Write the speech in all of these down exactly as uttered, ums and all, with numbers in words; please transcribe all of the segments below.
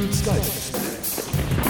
Dübels Geistesblitz.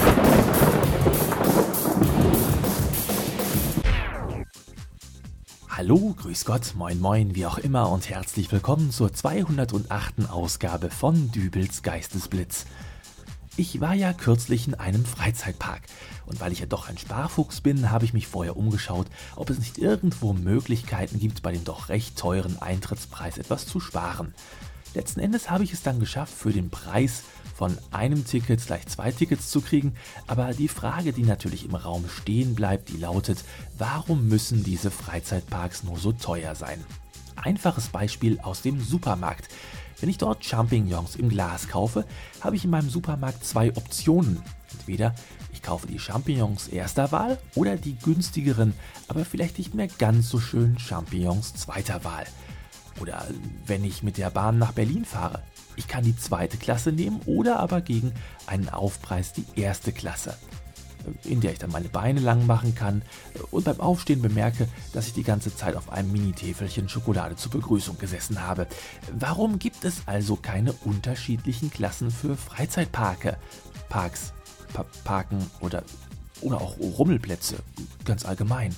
Hallo, grüß Gott, moin moin, wie auch immer und herzlich willkommen zur zweihundertachten Ausgabe von Dübels Geistesblitz. Ich war ja kürzlich in einem Freizeitpark und weil ich ja doch ein Sparfuchs bin, habe ich mich vorher umgeschaut, ob es nicht irgendwo Möglichkeiten gibt, bei dem doch recht teuren Eintrittspreis etwas zu sparen. Letzten Endes habe ich es dann geschafft, für den Preis von einem Ticket gleich zwei Tickets zu kriegen, aber die Frage, die natürlich im Raum stehen bleibt, die lautet, warum müssen diese Freizeitparks nur so teuer sein? Einfaches Beispiel aus dem Supermarkt. Wenn ich dort Champignons im Glas kaufe, habe ich in meinem Supermarkt zwei Optionen. Entweder ich kaufe die Champignons erster Wahl oder die günstigeren, aber vielleicht nicht mehr ganz so schönen Champignons zweiter Wahl. Oder wenn ich mit der Bahn nach Berlin fahre. Ich kann die zweite Klasse nehmen oder aber gegen einen Aufpreis die erste Klasse, in der ich dann meine Beine lang machen kann und beim Aufstehen bemerke, dass ich die ganze Zeit auf einem Mini-Täfelchen Schokolade zur Begrüßung gesessen habe. Warum gibt es also keine unterschiedlichen Klassen für Freizeitparke, Parks, pa- Parken oder, oder auch Rummelplätze, ganz allgemein?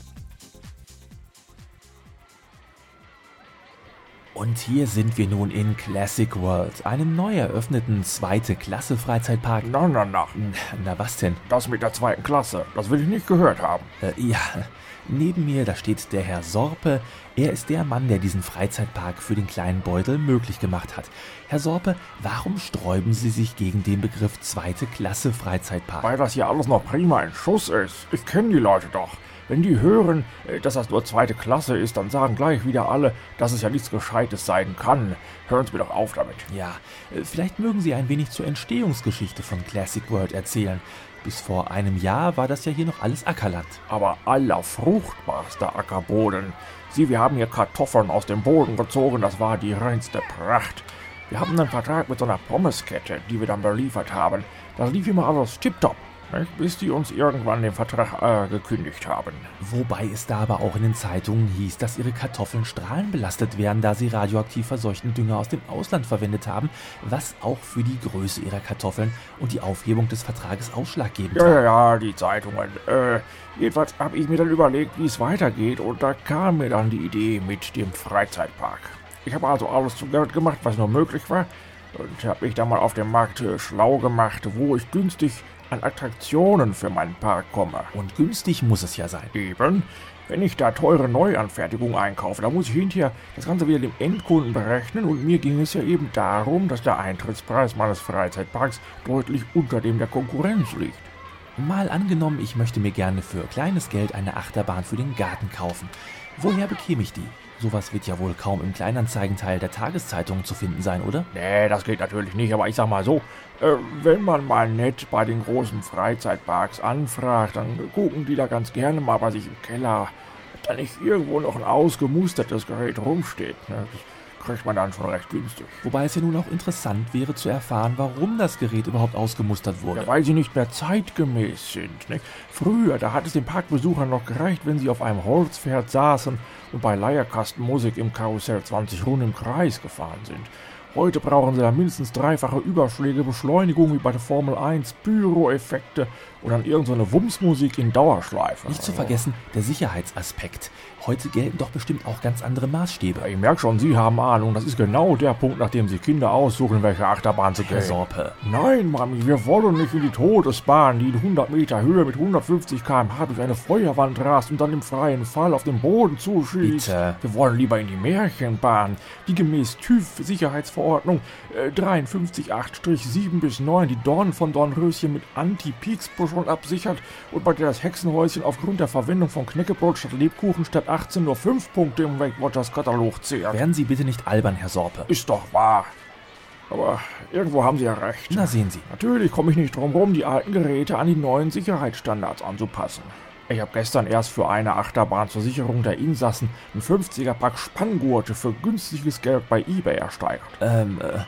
Und hier sind wir nun in Classic World, einem neu eröffneten Zweite-Klasse-Freizeitpark. Na, na, na. Na, was denn? Das mit der zweiten Klasse, das will ich nicht gehört haben. Äh, ja, neben mir, da steht der Herr Sorpe. Er ist der Mann, der diesen Freizeitpark für den kleinen Beutel möglich gemacht hat. Herr Sorpe, warum sträuben Sie sich gegen den Begriff Zweite-Klasse-Freizeitpark? Weil das hier alles noch prima in Schuss ist. Ich kenne die Leute doch. Wenn die hören, dass das nur zweite Klasse ist, dann sagen gleich wieder alle, dass es ja nichts Gescheites sein kann. Hören Sie mir doch auf damit. Ja, vielleicht mögen Sie ein wenig zur Entstehungsgeschichte von Classic World erzählen. Bis vor einem Jahr war das ja hier noch alles Ackerland. Aber allerfruchtbarster Ackerboden. Sie, wir haben hier Kartoffeln aus dem Boden gezogen, das war die reinste Pracht. Wir hatten einen Vertrag mit so einer Pommeskette, die wir dann beliefert haben. Das lief immer alles tipptopp. Bis die uns irgendwann den Vertrag äh, gekündigt haben. Wobei es da aber auch in den Zeitungen hieß, dass ihre Kartoffeln strahlenbelastet wären, da sie radioaktiv verseuchten Dünger aus dem Ausland verwendet haben, was auch für die Größe ihrer Kartoffeln und die Aufhebung des Vertrages ausschlaggebend ja, war. Ja, ja, die Zeitungen. Äh, jedenfalls habe ich mir dann überlegt, wie es weitergeht und da kam mir dann die Idee mit dem Freizeitpark. Ich habe also alles zu Geld gemacht, was nur möglich war und habe mich dann mal auf dem Markt äh, schlau gemacht, wo ich günstig an Attraktionen für meinen Park komme. Und günstig muss es ja sein. Eben. Wenn ich da teure Neuanfertigungen einkaufe, dann muss ich hinterher das Ganze wieder dem Endkunden berechnen und mir ging es ja eben darum, dass der Eintrittspreis meines Freizeitparks deutlich unter dem der Konkurrenz liegt. Mal angenommen, ich möchte mir gerne für kleines Geld eine Achterbahn für den Garten kaufen. Woher bekäme ich die? Sowas wird ja wohl kaum im Kleinanzeigenteil der Tageszeitungen zu finden sein, oder? Nee, das geht natürlich nicht, aber ich sag mal so, äh, wenn man mal nett bei den großen Freizeitparks anfragt, dann gucken die da ganz gerne mal bei sich im Keller, ob da nicht irgendwo noch ein ausgemustertes Gerät rumsteht. Ne? Das kriegt man dann schon recht günstig. Wobei es ja nun auch interessant wäre zu erfahren, warum das Gerät überhaupt ausgemustert wurde. Ja, weil sie nicht mehr zeitgemäß sind. Ne? Früher, da hat es den Parkbesuchern noch gereicht, wenn sie auf einem Holzpferd saßen und bei Leierkastenmusik im Karussell zwanzig Runden im Kreis gefahren sind. Heute brauchen sie da mindestens dreifache Überschläge, Beschleunigung wie bei der Formel eins, Pyro-Effekte und dann irgendeine so Wumsmusik in Dauerschleife. Nicht zu vergessen, der Sicherheitsaspekt. Heute gelten doch bestimmt auch ganz andere Maßstäbe. Ja, ich merke schon, Sie haben Ahnung. Das ist genau der Punkt, nachdem sich Kinder aussuchen, welche Achterbahn sie gehen. Herr Sorpe. Nein, Mami, wir wollen nicht in die Todesbahn, die in hundert Meter Höhe mit hundertfünfzig Kilometer pro Stunde durch eine Feuerwand rast und dann im freien Fall auf den Boden zuschießt. Bitte. Wir wollen lieber in die Märchenbahn, die gemäß TÜV-Sicherheitsverordnung äh, dreiundfünfzig acht sieben bis neun die Dornen von Dornröschen mit Anti-Pieks-Puscheln absichert und bei der das Hexenhäuschen aufgrund der Verwendung von Knäckebrot statt Lebkuchen statt achtzehn nur fünf Punkte im Weight Watchers Katalog zählt. Werden Sie bitte nicht albern, Herr Sorpe. Ist doch wahr. Aber irgendwo haben Sie ja recht. Na, sehen Sie. Natürlich komme ich nicht drum rum, die alten Geräte an die neuen Sicherheitsstandards anzupassen. Ich habe gestern erst für eine Achterbahn zur Sicherung der Insassen einen fünfziger Pack Spanngurte für günstiges Geld bei eBay ersteigert. Ähm, äh,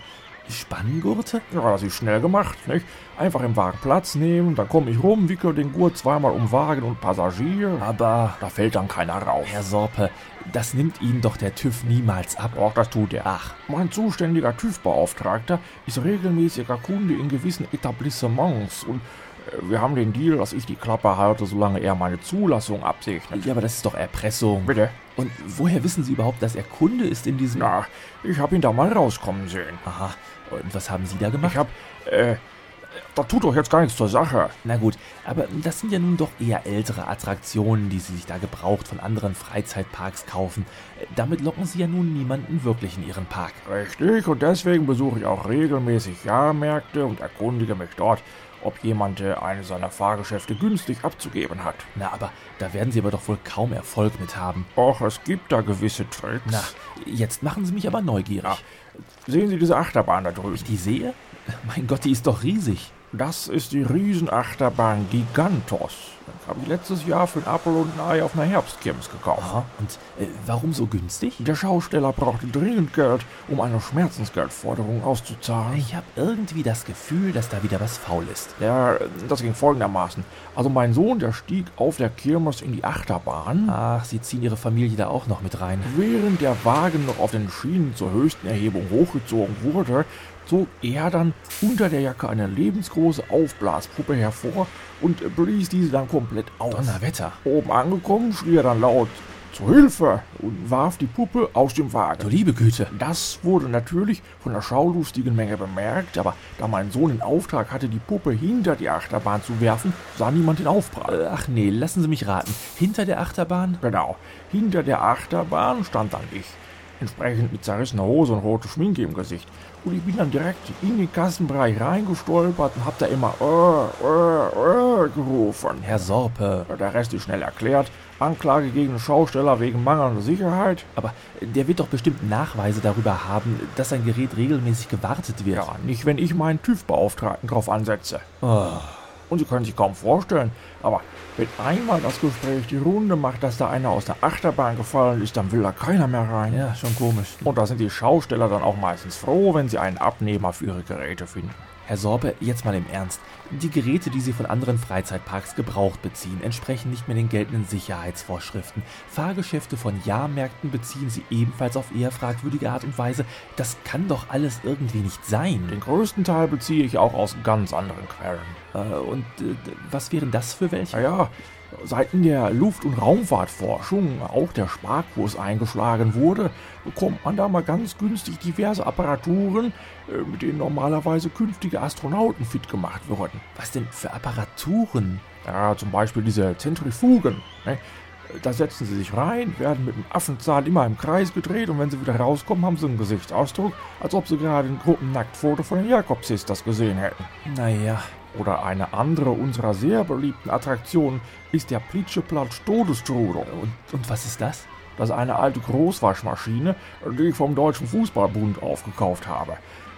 Spanngurte? Ja, das ist schnell gemacht, nicht? Einfach im Wagen Platz nehmen, dann komme ich rum, wickel den Gurt zweimal um Wagen und Passagier. Aber, da fällt dann keiner raus. Herr Sorpe, das nimmt Ihnen doch der TÜV niemals ab. Ach, das tut er. Ach, mein zuständiger TÜV-Beauftragter ist regelmäßiger Kunde in gewissen Etablissements und äh, wir haben den Deal, dass ich die Klappe halte, solange er meine Zulassung absegnet. ja, aber das ist doch Erpressung. Bitte? Und woher wissen Sie überhaupt, dass er Kunde ist in diesem... Na, ich hab ihn da mal rauskommen sehen. Aha, und was haben Sie da gemacht? Ich hab, äh, das tut doch jetzt gar nichts zur Sache. Na gut, aber das sind ja nun doch eher ältere Attraktionen, die Sie sich da gebraucht von anderen Freizeitparks kaufen. Damit locken Sie ja nun niemanden wirklich in Ihren Park. Richtig, und deswegen besuche ich auch regelmäßig Jahrmärkte und erkundige mich dort, ob jemand äh, eine seiner Fahrgeschäfte günstig abzugeben hat. Na, aber da werden Sie aber doch wohl kaum Erfolg mit haben. Och, es gibt da gewisse Tricks. Na, jetzt machen Sie mich aber neugierig. Ja. Sehen Sie diese Achterbahn da drüben? Die sehe? Mein Gott, die ist doch riesig. Das ist die Riesenachterbahn Gigantos. Das habe ich letztes Jahr für ein Apfel und ein Ei auf einer Herbstkirmes gekauft. Aha, und äh, warum so günstig? Der Schausteller brauchte dringend Geld, um eine Schmerzensgeldforderung auszuzahlen. Ich habe irgendwie das Gefühl, dass da wieder was faul ist. Ja, das ging folgendermaßen. Also mein Sohn, der stieg auf der Kirmes in die Achterbahn. Ach, Sie ziehen Ihre Familie da auch noch mit rein. Während der Wagen noch auf den Schienen zur höchsten Erhebung hochgezogen wurde, zog er dann unter der Jacke eine lebensgroße Aufblaspuppe hervor und blies diese dann komplett auf. Donnerwetter. Oben angekommen, schrie er dann laut »Zu Hilfe!« und warf die Puppe aus dem Du Wagen. liebe Güte. Das wurde natürlich von der schaulustigen Menge bemerkt, aber da mein Sohn den Auftrag hatte, die Puppe hinter die Achterbahn zu werfen, sah niemand den Aufprall. Äh, ach nee, lassen Sie mich raten. Hinter der Achterbahn? Genau, hinter der Achterbahn stand dann ich, entsprechend mit zerrissener Hose und rote Schminke im Gesicht. Und ich bin dann direkt in den Kassenbereich reingestolpert und hab da immer äh, äh, äh, gerufen. Herr Sorpe. Der Rest ist schnell erklärt. Anklage gegen den Schausteller wegen mangelnder Sicherheit. Aber der wird doch bestimmt Nachweise darüber haben, dass sein Gerät regelmäßig gewartet wird. Ja, nicht wenn ich meinen TÜV-Beauftragten drauf ansetze. Oh. Und Sie können sich kaum vorstellen, aber wenn einmal das Gespräch die Runde macht, dass da einer aus der Achterbahn gefallen ist, dann will da keiner mehr rein. Ja, schon komisch. Und da sind die Schausteller dann auch meistens froh, wenn sie einen Abnehmer für ihre Geräte finden. Herr Sorpe, jetzt mal im Ernst. Die Geräte, die Sie von anderen Freizeitparks gebraucht beziehen, entsprechen nicht mehr den geltenden Sicherheitsvorschriften. Fahrgeschäfte von Jahrmärkten beziehen Sie ebenfalls auf eher fragwürdige Art und Weise. Das kann doch alles irgendwie nicht sein. Den größten Teil beziehe ich auch aus ganz anderen Quellen. Äh, und äh, was wären das für welche? Naja, seit in der Luft- und Raumfahrtforschung auch der Sparkurs eingeschlagen wurde, bekommt man da mal ganz günstig diverse Apparaturen, äh, mit denen normalerweise künftige Astronauten fit gemacht würden. Was denn für Apparaturen? Ja, zum Beispiel diese Zentrifugen. Ne? Da setzen sie sich rein, werden mit dem Affenzahn immer im Kreis gedreht und wenn sie wieder rauskommen, haben sie einen Gesichtsausdruck, als ob sie gerade ein Gruppennacktfoto von den Jakobsisters gesehen hätten. Naja. Oder eine andere unserer sehr beliebten Attraktionen ist der Plitscheplatsch-Todesstrudel. Und, und was ist das? Das ist eine alte Großwaschmaschine, die ich vom Deutschen Fußballbund aufgekauft habe.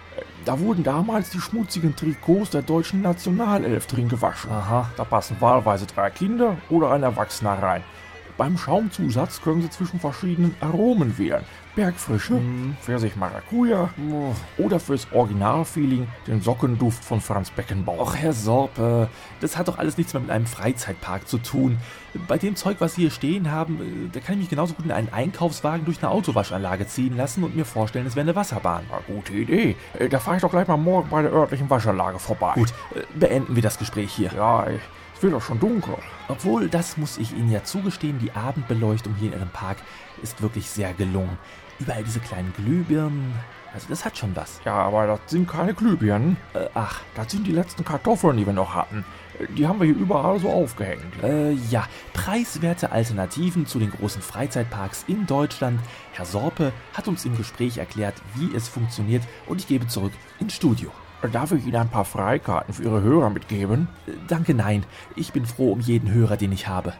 Da wurden damals die schmutzigen Trikots der deutschen Nationalelf drin gewaschen. Aha. Da passen wahlweise drei Kinder oder ein Erwachsener rein. Beim Schaumzusatz können Sie zwischen verschiedenen Aromen wählen. Bergfrische, mm. Pfirsich Maracuja mm. oder fürs Originalfeeling den Sockenduft von Franz Beckenbauer. Och, Herr Sorpe, das hat doch alles nichts mehr mit einem Freizeitpark zu tun. Bei dem Zeug, was Sie hier stehen haben, da kann ich mich genauso gut in einen Einkaufswagen durch eine Autowaschanlage ziehen lassen und mir vorstellen, es wäre eine Wasserbahn. Na, gute Idee. Da fahre ich doch gleich mal morgen bei der örtlichen Waschanlage vorbei. Gut, beenden wir das Gespräch hier. Ja, ich... Es wird doch schon dunkel. Obwohl, das muss ich Ihnen ja zugestehen, die Abendbeleuchtung hier in Ihrem Park ist wirklich sehr gelungen. Überall diese kleinen Glühbirnen, also das hat schon was. Ja, aber das sind keine Glühbirnen. Äh, ach, das sind die letzten Kartoffeln, die wir noch hatten. Die haben wir hier überall so aufgehängt. Äh, ja, preiswerte Alternativen zu den großen Freizeitparks in Deutschland. Herr Sorpe hat uns im Gespräch erklärt, wie es funktioniert und ich gebe zurück ins Studio. Darf ich Ihnen ein paar Freikarten für Ihre Hörer mitgeben? Äh, danke, nein. Ich bin froh um jeden Hörer, den ich habe.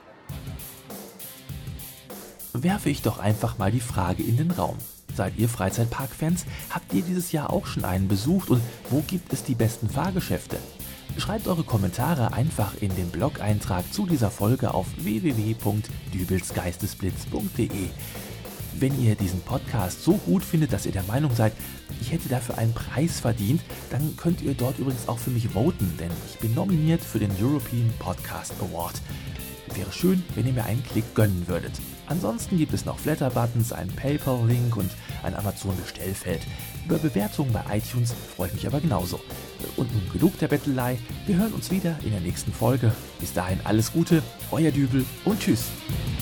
Werfe ich doch einfach mal die Frage in den Raum. Seid ihr Freizeitpark-Fans? Habt ihr dieses Jahr auch schon einen besucht und wo gibt es die besten Fahrgeschäfte? Schreibt eure Kommentare einfach in den Blog-Eintrag zu dieser Folge auf w w w punkt dübels geistesblitz punkt d e. Wenn ihr diesen Podcast so gut findet, dass ihr der Meinung seid, ich hätte dafür einen Preis verdient, dann könnt ihr dort übrigens auch für mich voten, denn ich bin nominiert für den European Podcast Award. Wäre schön, wenn ihr mir einen Klick gönnen würdet. Ansonsten gibt es noch Flatter-Buttons, einen PayPal-Link und ein Amazon-Bestellfeld. Über Bewertungen bei iTunes freue ich mich aber genauso. Und nun genug der Bettelei. Wir hören uns wieder in der nächsten Folge. Bis dahin alles Gute, euer Dübel und tschüss.